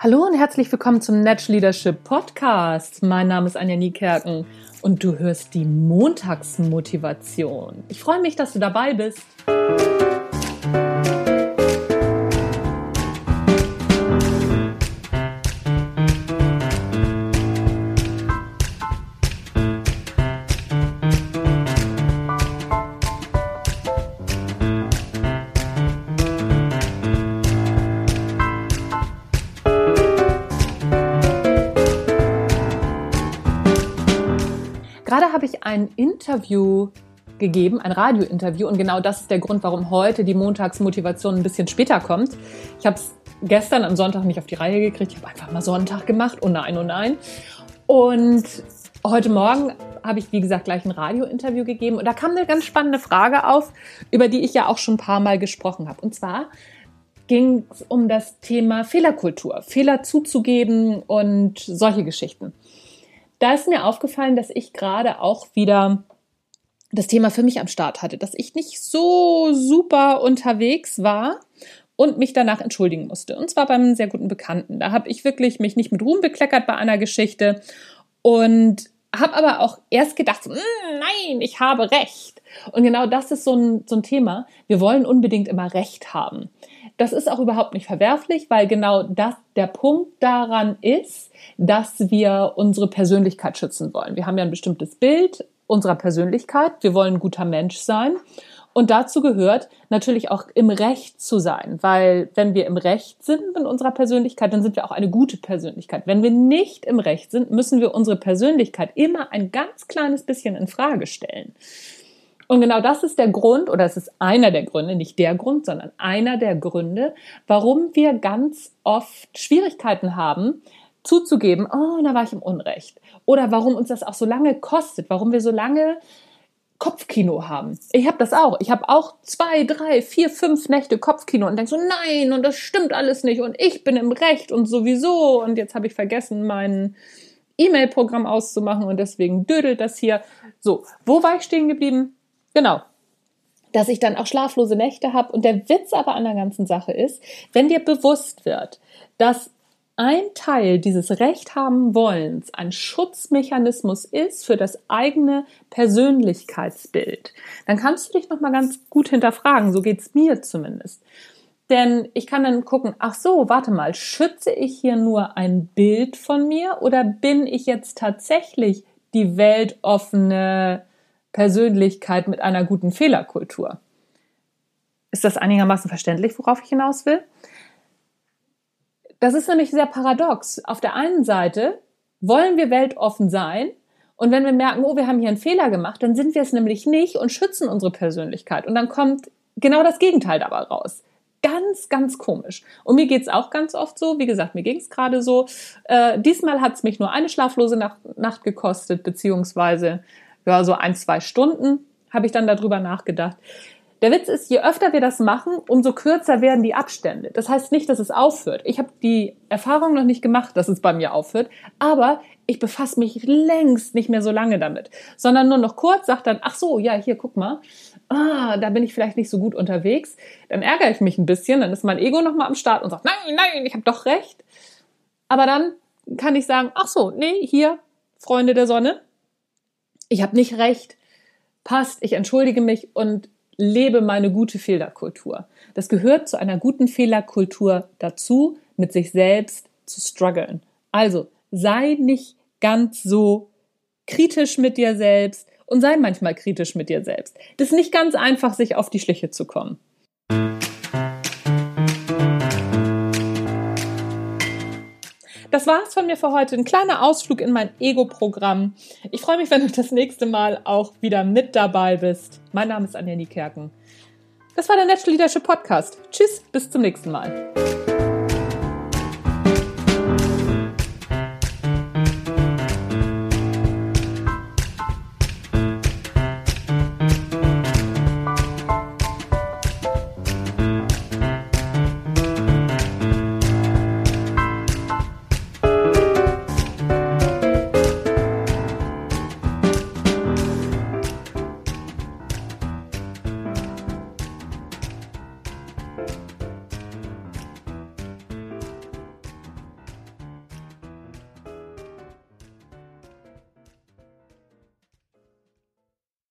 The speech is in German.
Hallo und herzlich willkommen zum Natural Leadership Podcast. Mein Name ist Anja Niekerken und du hörst die Montagsmotivation. Ich freue mich, dass du dabei bist. Gerade habe ich ein Interview gegeben, ein Radiointerview, und genau das ist der Grund, warum heute die Montagsmotivation ein bisschen später kommt. Ich habe es gestern am Sonntag nicht auf die Reihe gekriegt, ich habe einfach mal Sonntag gemacht, oh nein, oh nein. Und heute Morgen habe ich, wie gesagt, gleich ein Radiointerview gegeben und da kam eine ganz spannende Frage auf, über die ich ja auch schon ein paar Mal gesprochen habe. Und zwar ging es um das Thema Fehlerkultur, Fehler zuzugeben und solche Geschichten. Da ist mir aufgefallen, dass ich gerade auch wieder das Thema für mich am Start hatte, dass ich nicht so super unterwegs war und mich danach entschuldigen musste. Und zwar beim sehr guten Bekannten. Da habe ich wirklich mich nicht mit Ruhm bekleckert bei einer Geschichte und habe aber auch erst gedacht, nein, ich habe Recht. Und genau das ist so ein Thema. Wir wollen unbedingt immer Recht haben. Das ist auch überhaupt nicht verwerflich, weil genau das der Punkt daran ist, dass wir unsere Persönlichkeit schützen wollen. Wir haben ja ein bestimmtes Bild unserer Persönlichkeit. Wir wollen ein guter Mensch sein. Und dazu gehört natürlich auch im Recht zu sein, weil wenn wir im Recht sind mit unserer Persönlichkeit, dann sind wir auch eine gute Persönlichkeit. Wenn wir nicht im Recht sind, müssen wir unsere Persönlichkeit immer ein ganz kleines bisschen in Frage stellen. Und genau das ist der Grund, oder es ist einer der Gründe, nicht der Grund, sondern einer der Gründe, warum wir ganz oft Schwierigkeiten haben, zuzugeben, oh, da war ich im Unrecht. Oder warum uns das auch so lange kostet, warum wir so lange Kopfkino haben. Ich habe das auch. Ich habe auch 2, 3, 4, 5 Nächte Kopfkino und denke so, nein, und das stimmt alles nicht und ich bin im Recht und sowieso. Und jetzt habe ich vergessen, mein E-Mail-Programm auszumachen und deswegen dödelt das hier. So, wo war ich stehen geblieben? Genau, dass ich dann auch schlaflose Nächte habe. Und der Witz aber an der ganzen Sache ist, wenn dir bewusst wird, dass ein Teil dieses Recht haben Wollens ein Schutzmechanismus ist für das eigene Persönlichkeitsbild, dann kannst du dich nochmal ganz gut hinterfragen, so geht's mir zumindest. Denn ich kann dann gucken, ach so, warte mal, schütze ich hier nur ein Bild von mir oder bin ich jetzt tatsächlich die weltoffene Persönlichkeit mit einer guten Fehlerkultur? Ist das einigermaßen verständlich, worauf ich hinaus will? Das ist nämlich sehr paradox. Auf der einen Seite wollen wir weltoffen sein und wenn wir merken, oh, wir haben hier einen Fehler gemacht, dann sind wir es nämlich nicht und schützen unsere Persönlichkeit. Und dann kommt genau das Gegenteil dabei raus. Ganz, ganz komisch. Und mir geht's auch ganz oft so. Wie gesagt, mir ging's gerade so. Diesmal hat's mich nur eine schlaflose Nacht gekostet, beziehungsweise ja, so 1, 2 Stunden habe ich dann darüber nachgedacht. Der Witz ist, je öfter wir das machen, umso kürzer werden die Abstände. Das heißt nicht, dass es aufhört. Ich habe die Erfahrung noch nicht gemacht, dass es bei mir aufhört, aber ich befasse mich längst nicht mehr so lange damit, sondern nur noch kurz, sage dann, ach so, ja, hier, guck mal, da bin ich vielleicht nicht so gut unterwegs. Dann ärgere ich mich ein bisschen, dann ist mein Ego nochmal am Start und sagt, nein, ich habe doch recht. Aber dann kann ich sagen, ach so, nee, hier, Freunde der Sonne, ich habe nicht recht, passt, ich entschuldige mich und lebe meine gute Fehlerkultur. Das gehört zu einer guten Fehlerkultur dazu, mit sich selbst zu strugglen. Also sei nicht ganz so kritisch mit dir selbst und sei manchmal kritisch mit dir selbst. Das ist nicht ganz einfach, sich auf die Schliche zu kommen. Das war's von mir für heute. Ein kleiner Ausflug in mein Ego-Programm. Ich freue mich, wenn du das nächste Mal auch wieder mit dabei bist. Mein Name ist Anja Niekerken. Das war der Natural Leadership Podcast. Tschüss, bis zum nächsten Mal.